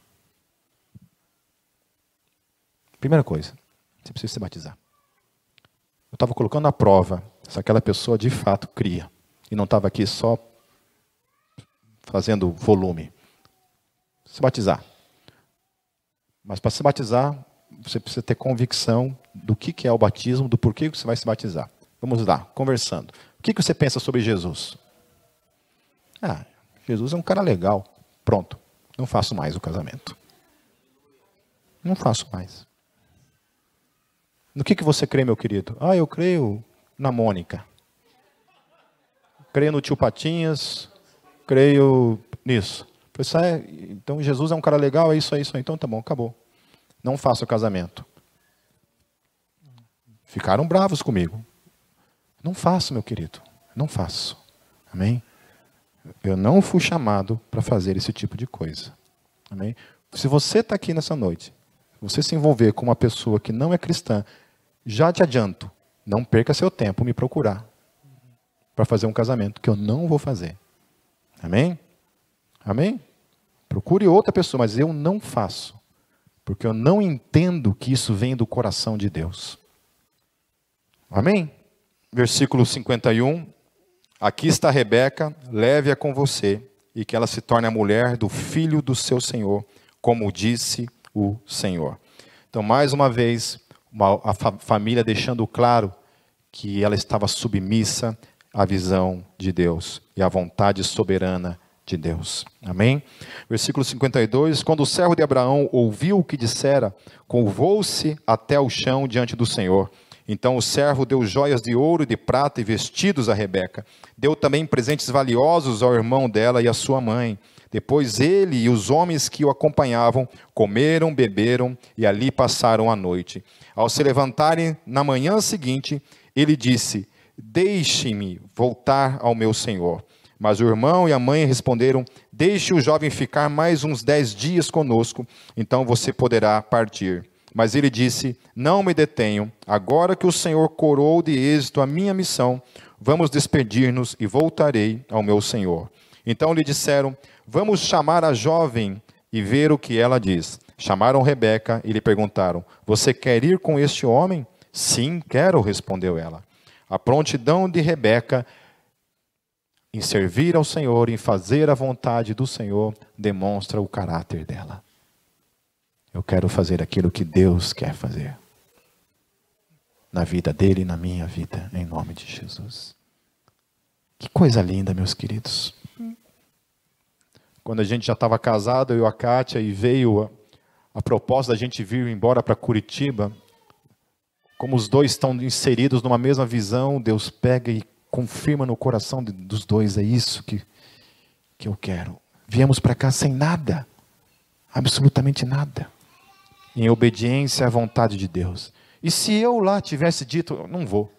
Primeira coisa, você precisa se batizar. Eu estava colocando à prova se aquela pessoa de fato cria. E não estava aqui só fazendo volume. Se batizar. Mas para se batizar, você precisa ter convicção do que é o batismo, do porquê que você vai se batizar. Vamos lá, conversando. O que você pensa sobre Jesus? Ah, Jesus é um cara legal. Pronto, não faço mais o casamento. Não faço mais. No que, que você crê, meu querido? Ah, eu creio na Mônica. Creio no tio Patinhas. Creio nisso. Falei, então Jesus é um cara legal, é isso, é isso. Então tá bom, acabou. Não faço o casamento. Ficaram bravos comigo. Não faço, meu querido. Não faço. Amém? Eu não fui chamado para fazer esse tipo de coisa. Amém? Se você está aqui nessa noite, você se envolver com uma pessoa que não é cristã, já te adianto, não perca seu tempo me procurar para fazer um casamento, que eu não vou fazer. Amém? Amém? Procure outra pessoa, mas eu não faço. Porque eu não entendo que isso vem do coração de Deus. Amém? Versículo cinquenta e um. Aqui está Rebeca, leve-a com você, e que ela se torne a mulher do filho do seu Senhor, como disse o Senhor. Então, mais uma vez, uma, a fa- família deixando claro que ela estava submissa à visão de Deus e à vontade soberana de Deus. Amém? Versículo cinquenta e dois. Quando o servo de Abraão ouviu o que dissera, curvou-se até o chão diante do Senhor. Então o servo deu joias de ouro e de prata e vestidos a Rebeca. Deu também presentes valiosos ao irmão dela e à sua mãe. Depois ele e os homens que o acompanhavam comeram, beberam e ali passaram a noite. Ao se levantarem na manhã seguinte, ele disse, deixe-me voltar ao meu senhor. Mas o irmão e a mãe responderam, deixe o jovem ficar mais uns dez dias conosco, então você poderá partir. Mas ele disse, não me detenham, agora que o Senhor coroou de êxito a minha missão, vamos despedir-nos e voltarei ao meu senhor. Então lhe disseram, vamos chamar a jovem e ver o que ela diz. Chamaram Rebeca e lhe perguntaram, você quer ir com este homem? Sim, quero, respondeu ela. A prontidão de Rebeca em servir ao Senhor, em fazer a vontade do Senhor, demonstra o caráter dela. Eu quero fazer aquilo que Deus quer fazer. Na vida dele e na minha vida, em nome de Jesus. Que coisa linda, meus queridos. Quando a gente já estava casado, eu e a Kátia, e veio a, a proposta da gente vir embora para Curitiba, como os dois estão inseridos numa mesma visão, Deus pega e confirma no coração de, dos dois, é isso que, que eu quero. Viemos para cá sem nada, absolutamente nada. em obediência à vontade de Deus. E se eu lá tivesse dito, não vou.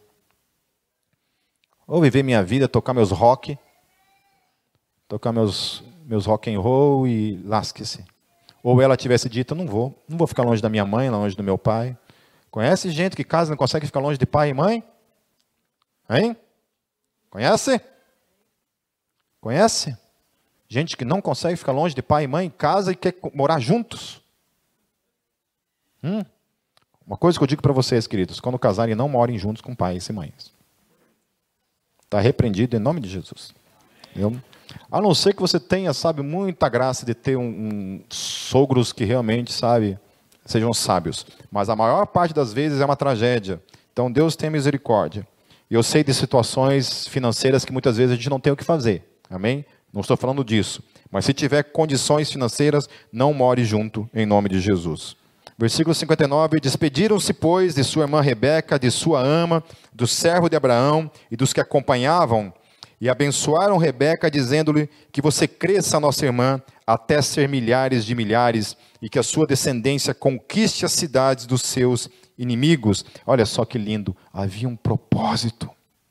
Vou viver minha vida, tocar meus rock, tocar meus, meus rock and roll e lasque-se. Ou ela tivesse dito, não vou, não vou ficar longe da minha mãe, longe do meu pai. Conhece gente que casa e não consegue ficar longe de pai e mãe? Hein? Conhece? Conhece? Gente que não consegue ficar longe de pai e mãe, casa e quer morar juntos. Hum? Uma coisa que eu digo para vocês, queridos, quando casarem, não morem juntos com pais e mães. Está repreendido em nome de Jesus. Eu, a não ser que você tenha, sabe, muita graça de ter um, um, sogros que realmente, sabe, sejam sábios. Mas a maior parte das vezes é uma tragédia. Então Deus tem misericórdia. E eu sei de situações financeiras que muitas vezes a gente não tem o que fazer. Amém? Não estou falando disso. Mas se tiver condições financeiras, não more junto em nome de Jesus. Versículo cinquenta e nove, despediram-se, pois, de sua irmã Rebeca, de sua ama, do servo de Abraão e dos que acompanhavam, e abençoaram Rebeca, dizendo-lhe que você cresça, nossa irmã, até ser milhares de milhares, e que a sua descendência conquiste as cidades dos seus inimigos. Olha só que lindo, havia um propósito.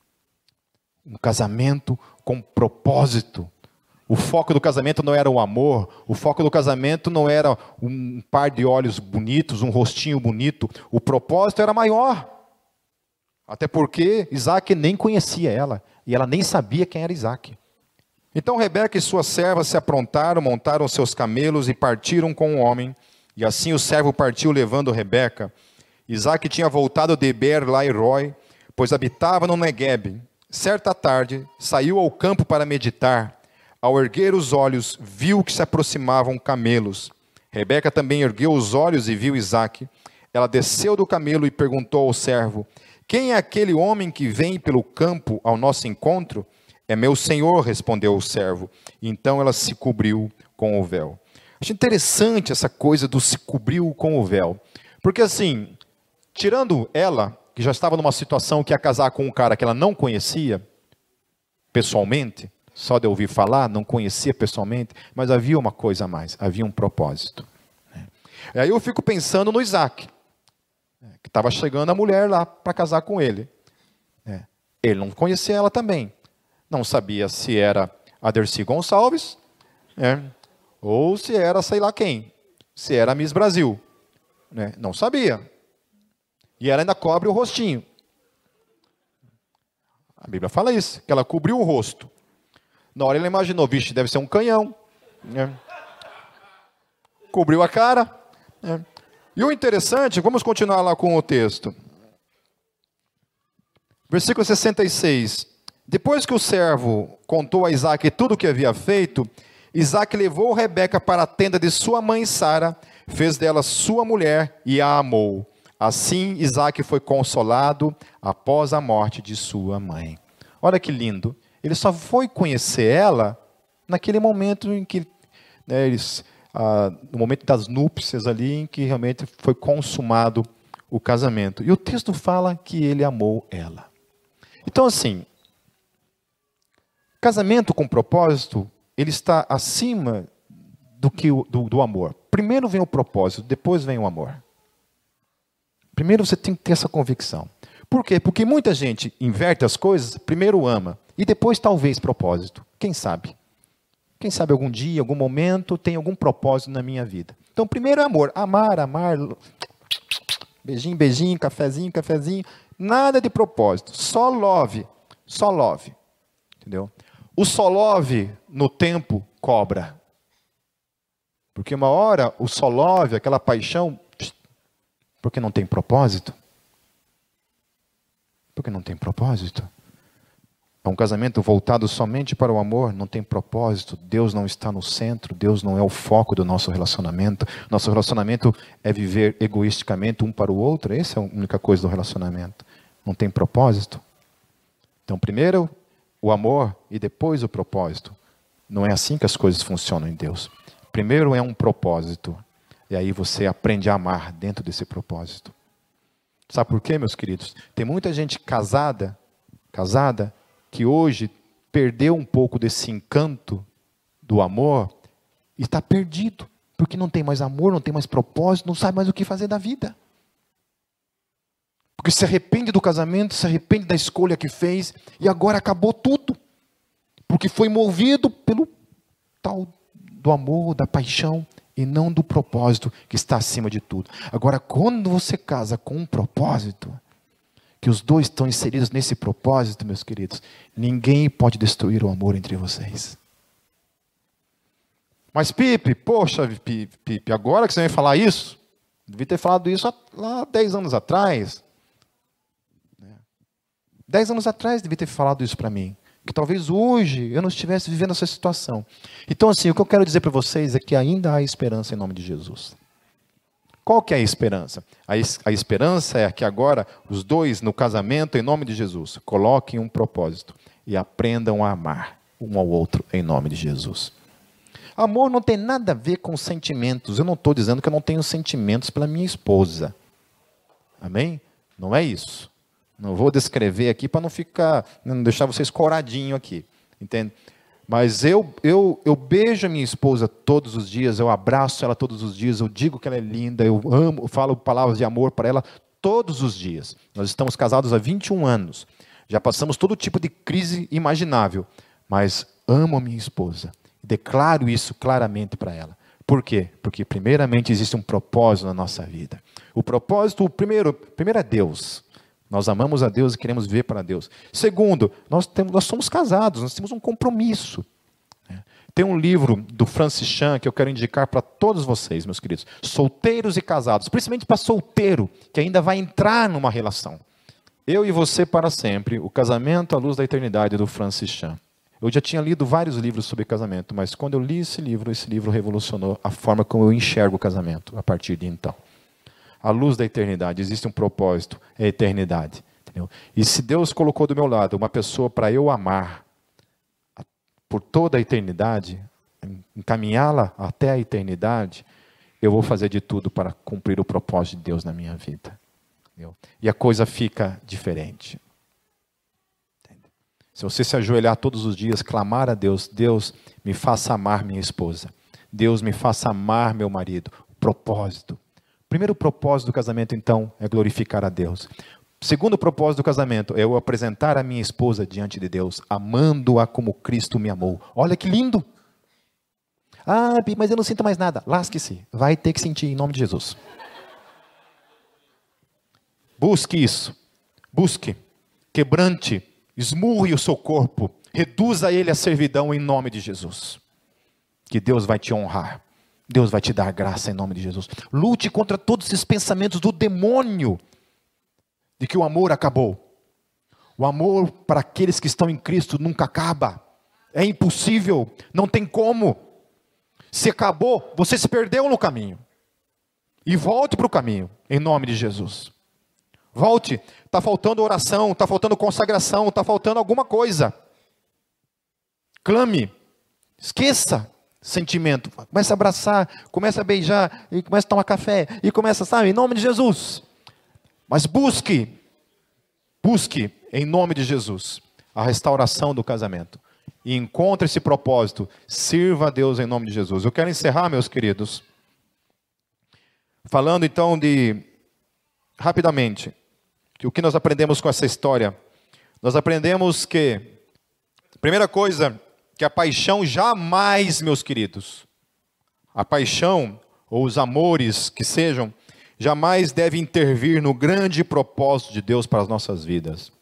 Um casamento com propósito. O foco do casamento não era o amor, o foco do casamento não era um par de olhos bonitos, um rostinho bonito. O propósito era maior. Até porque Isaac nem conhecia ela, e ela nem sabia quem era Isaac. Então Rebeca e sua serva se aprontaram, montaram seus camelos e partiram com o homem. E assim o servo partiu levando Rebeca. Isaac tinha voltado de Beer-Lahai-roi, pois habitava no Neguebe. Certa tarde, saiu ao campo para meditar. Ao erguer os olhos, viu que se aproximavam camelos. Rebeca também ergueu os olhos e viu Isaque. Ela desceu do camelo e perguntou ao servo, quem é aquele homem que vem pelo campo ao nosso encontro? É meu senhor, respondeu o servo. Então ela se cobriu com o véu. Acho interessante essa coisa do se cobriu com o véu. Porque assim, tirando ela, que já estava numa situação que ia casar com um cara que ela não conhecia pessoalmente, só de ouvir falar, não conhecia pessoalmente, mas havia uma coisa a mais, havia um propósito. E aí eu fico pensando no Isaac, que estava chegando a mulher lá para casar com ele. Ele não conhecia ela também, não sabia se era a Dercy Gonçalves, né, ou se era sei lá quem, se era a Miss Brasil, né, não sabia. E ela ainda cobre o rostinho. A Bíblia fala isso, que ela cobriu o rosto. Na hora ele imaginou, vixe, deve ser um canhão. Né? Cobriu a cara. Né? E o interessante, vamos continuar lá com o texto. Versículo sessenta e seis. Depois que o servo contou a Isaque tudo o que havia feito, Isaque levou Rebeca para a tenda de sua mãe Sara, fez dela sua mulher e a amou. Assim Isaque foi consolado após a morte de sua mãe. Olha que lindo. Ele só foi conhecer ela naquele momento em que, né, eles, ah, no momento das núpcias ali, em que realmente foi consumado o casamento. E o texto fala que ele amou ela. Então assim, casamento com propósito, ele está acima do, que o, do, do amor. Primeiro vem o propósito, depois vem o amor. Primeiro você tem que ter essa convicção. Por quê? Porque muita gente inverte as coisas, primeiro ama, e depois talvez propósito. Quem sabe? Quem sabe algum dia, algum momento, tem algum propósito na minha vida. Então, primeiro é amor. Amar, amar, beijinho, beijinho, cafezinho, cafezinho. Nada de propósito. Só love. Só love. Entendeu? O só love, no tempo, cobra. Porque uma hora, o só love, aquela paixão, porque não tem propósito. Porque não tem propósito. É um casamento voltado somente para o amor, não tem propósito, Deus não está no centro, Deus não é o foco do nosso relacionamento. Nosso relacionamento é viver egoisticamente um para o outro, essa é a única coisa do relacionamento. Não tem propósito. Então, primeiro o amor e depois o propósito. Não é assim que as coisas funcionam em Deus. Primeiro é um propósito, e aí você aprende a amar dentro desse propósito. Sabe por quê, meus queridos? Tem muita gente casada, casada, que hoje perdeu um pouco desse encanto do amor e está perdido, Porque não tem mais amor, não tem mais propósito, não sabe mais o que fazer da vida. Porque se arrepende do casamento, se arrepende da escolha que fez, e agora acabou tudo. Porque foi movido pelo tal do amor, da paixão, e não do propósito que está acima de tudo. Agora, quando você casa com um propósito, que os dois estão inseridos nesse propósito, meus queridos, ninguém pode destruir o amor entre vocês. Mas Pipe, poxa, Pipe, Pipe, agora que você vem falar isso, devia ter falado isso há, lá dez anos atrás. Dez anos atrás devia ter falado isso para mim. Que talvez hoje eu não estivesse vivendo essa situação. Então assim, o que eu quero dizer para vocês é que ainda há esperança em nome de Jesus. Qual que é a esperança? A, es- a esperança é que agora os dois no casamento, em nome de Jesus, coloquem um propósito e aprendam a amar um ao outro em nome de Jesus. Amor não tem nada a ver com sentimentos. Eu não estou dizendo que eu não tenho sentimentos pela minha esposa. Amém? Não é isso. Não vou descrever aqui para não ficar, não deixar vocês coradinho aqui, entende? Mas eu, eu, eu beijo a minha esposa todos os dias, eu abraço ela todos os dias, eu digo que ela é linda, eu amo, eu falo palavras de amor para ela todos os dias. Nós estamos casados há vinte e um anos, já passamos todo tipo de crise imaginável, mas amo a minha esposa, declaro isso claramente para ela. Por quê? Porque primeiramente existe um propósito na nossa vida. O propósito, o primeiro, primeiro é Deus. Nós amamos a Deus e queremos viver para Deus. Segundo, nós, temos, nós somos casados, nós temos um compromisso. Tem um livro do Francis Chan que eu quero indicar para todos vocês, meus queridos. Solteiros e casados, principalmente para solteiro, que ainda vai entrar numa relação. Eu e você para sempre, o casamento à luz da eternidade do Francis Chan. Eu já tinha lido vários livros sobre casamento, mas quando eu li esse livro, esse livro revolucionou a forma como eu enxergo o casamento a partir de então. A luz da eternidade, existe um propósito, é a eternidade. Entendeu? E se Deus colocou do meu lado uma pessoa para eu amar por toda a eternidade, encaminhá-la até a eternidade, eu vou fazer de tudo para cumprir o propósito de Deus na minha vida. Entendeu? E a coisa fica diferente. Entendeu? Se você se ajoelhar todos os dias, clamar a Deus, Deus me faça amar minha esposa, Deus me faça amar meu marido, o propósito. O primeiro propósito do casamento, então, é glorificar a Deus. O segundo propósito do casamento é eu apresentar a minha esposa diante de Deus, amando-a como Cristo me amou. Olha que lindo! Ah, mas eu não sinto mais nada. Lasque-se. Vai ter que sentir em nome de Jesus. Busque isso. Busque. Quebrante. Esmurre o seu corpo. Reduza ele à servidão em nome de Jesus. Que Deus vai te honrar. Deus vai te dar graça em nome de Jesus. Lute contra todos esses pensamentos do demônio de que o amor acabou. O amor para aqueles que estão em Cristo nunca acaba. É impossível, não tem como. Se acabou, você se perdeu no caminho. E volte para o caminho, em nome de Jesus. Volte, está faltando oração, está faltando consagração, está faltando alguma coisa. Clame, esqueça. Sentimento, começa a abraçar, começa a beijar, e começa a tomar café, e começa, sabe, em nome de Jesus. Mas busque, busque em nome de Jesus, a restauração do casamento. E encontre esse propósito, sirva a Deus em nome de Jesus. Eu quero encerrar, meus queridos, falando então de, rapidamente, que o que nós aprendemos com essa história. Nós aprendemos que, primeira coisa, que a paixão jamais, meus queridos, a paixão ou os amores que sejam, jamais deve intervir no grande propósito de Deus para as nossas vidas.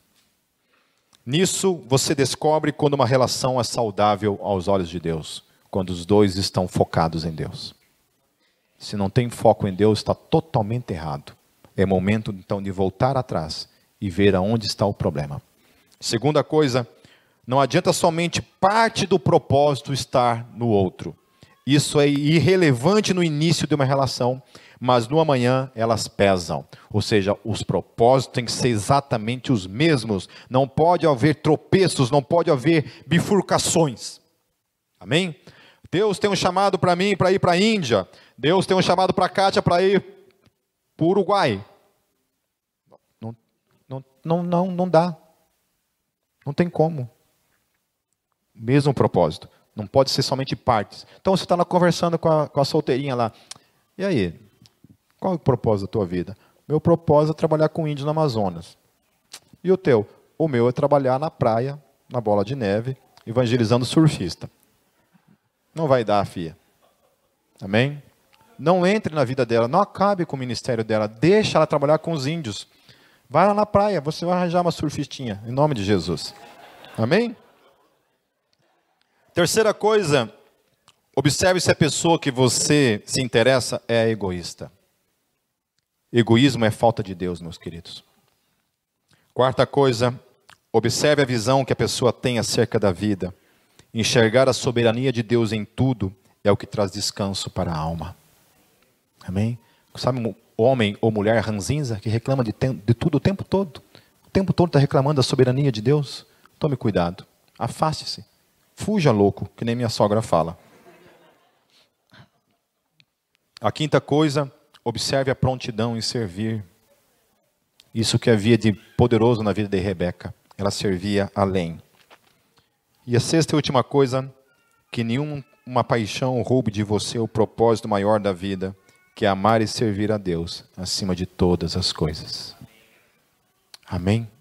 Nisso você descobre quando uma relação é saudável aos olhos de Deus, quando os dois estão focados em Deus. Se não tem foco em Deus, está totalmente errado. É momento então de voltar atrás e ver aonde está o problema. Segunda coisa, não adianta somente parte do propósito estar no outro. Isso é irrelevante no início de uma relação, mas no amanhã elas pesam. Ou seja, os propósitos têm que ser exatamente os mesmos. Não pode haver tropeços, não pode haver bifurcações. Amém? Deus tem um chamado para mim para ir para a Índia. Deus tem um chamado para a Kátia para ir para o Uruguai. Não, não, não, não, não dá. Não tem como. Mesmo propósito, Não pode ser somente partes. Então você está lá conversando com a, com a solteirinha lá. E aí? Qual é o propósito da tua vida? Meu propósito é trabalhar com índios no Amazonas. E o teu? O meu é trabalhar na praia, na bola de neve, evangelizando surfista. Não vai dar, filha. Amém? Não entre na vida dela, não acabe com o ministério dela. Deixa ela trabalhar com os índios. Vai lá na praia, você vai arranjar uma surfistinha, em nome de Jesus. Amém? Terceira coisa, observe se a pessoa que você se interessa é egoísta. Egoísmo é falta de Deus, meus queridos. Quarta coisa, observe a visão que a pessoa tem acerca da vida. Enxergar a soberania de Deus em tudo é o que traz descanso para a alma. Amém? Sabe um homem ou mulher ranzinza que reclama de, de tudo o tempo todo? O tempo todo está reclamando da soberania de Deus? Tome cuidado. Afaste-se. Fuja louco, que nem minha sogra fala. A quinta coisa, observe a prontidão em servir. Isso que havia de poderoso na vida de Rebeca. Ela servia além. E a sexta e última coisa, que nenhuma paixão roube de você o propósito maior da vida, que é amar e servir a Deus acima de todas as coisas. Amém?